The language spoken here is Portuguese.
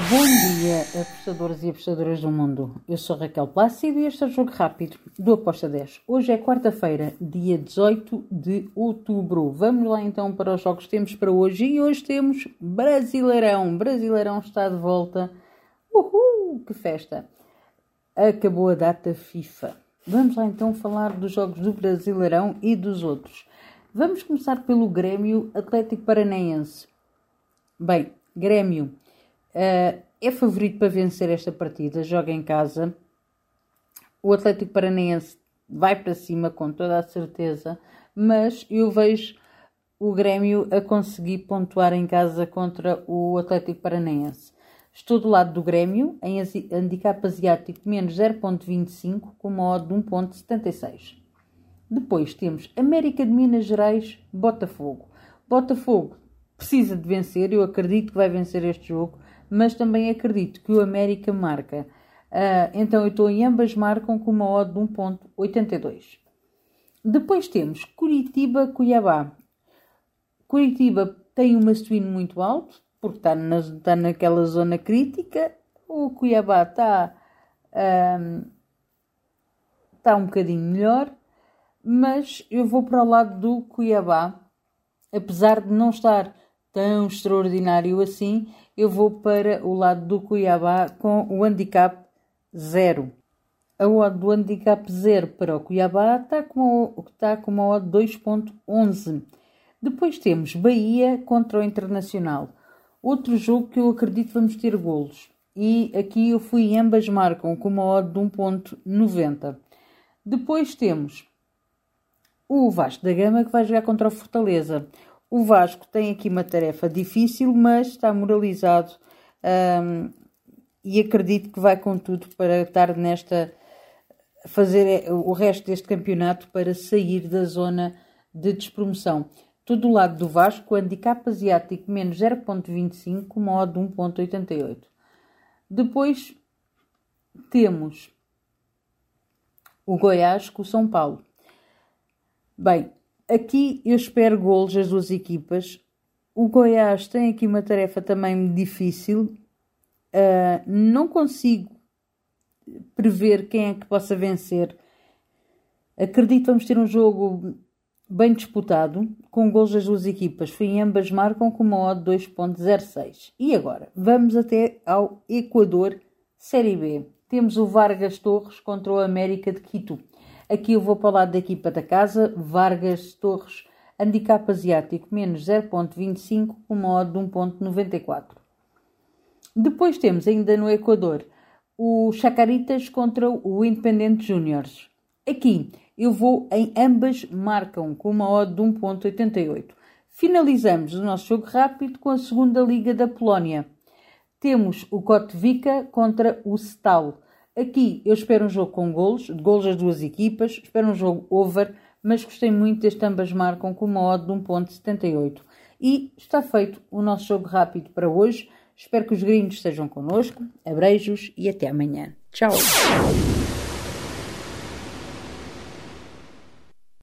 Bom dia, apostadores e apostadoras do mundo. Eu sou Raquel Plácido e este é o Jogo Rápido do Aposta 10. Hoje é quarta-feira, dia 18 de outubro. Vamos lá então para os jogos que temos para hoje. E hoje temos Brasileirão. Brasileirão está de volta. Uhul, que festa! Acabou a data FIFA. Vamos lá então falar dos jogos do Brasileirão e dos outros. Vamos começar pelo Grêmio Atlético Paranaense. Bem, Grêmio é favorito para vencer esta partida, joga em casa. O Atlético Paranaense vai para cima com toda a certeza, mas eu vejo o Grêmio a conseguir pontuar em casa contra o Atlético Paranaense. Estou do lado do Grêmio, em handicap asiático menos 0.25 com uma odd de 1.76. Depois temos América de Minas Gerais, Botafogo. Botafogo precisa de vencer, eu acredito que vai vencer este jogo, mas também acredito que o América marca. Então eu estou em ambas marcam com uma odd de 1.82. Depois temos Curitiba-Cuiabá. Curitiba tem uma swing muito alto, porque está naquela zona crítica. O Cuiabá está um bocadinho melhor, mas eu vou para o lado do Cuiabá. Apesar de não estar tão extraordinário assim, eu vou para o lado do Cuiabá com o handicap 0. A odd do handicap 0 para o Cuiabá está com uma odd 2.11. Depois temos Bahia contra o Internacional. Outro jogo que eu acredito vamos ter golos. E aqui eu fui em ambas marcam com uma odd de 1.90. Depois temos o Vasco da Gama que vai jogar contra o Fortaleza. O Vasco tem aqui uma tarefa difícil, mas está moralizado e acredito que vai com tudo para estar fazer o resto deste campeonato para sair da zona de despromoção. Estou do lado do Vasco, handicap asiático menos 0.25, com uma odd de 1.88. Depois temos o Goiás com o São Paulo. Bem, aqui eu espero golos das duas equipas. O Goiás tem aqui uma tarefa também difícil. Não consigo prever quem é que possa vencer. Acredito que vamos ter um jogo bem disputado, com golos das duas equipas. Em ambas marcam com uma odd 2.06. E agora, vamos até ao Equador, Série B. Temos o Vargas Torres contra o América de Quito. Aqui eu vou para o lado da equipa da casa, Vargas Torres, handicap asiático, menos 0.25, com uma odd de 1.94. Depois temos ainda no Equador, o Chacaritas contra o Independente Júniors. Aqui eu vou em ambas marcam, com uma odd de 1.88. Finalizamos o nosso jogo rápido com a segunda Liga da Polónia. Temos o Kotwica contra o Stal. Aqui eu espero um jogo com golos das duas equipas, espero um jogo over, mas gostei muito deste ambas marcam com uma odd de 1.78. E está feito o nosso jogo rápido para hoje. Espero que os gringos estejam connosco. Abreijos e até amanhã. Tchau!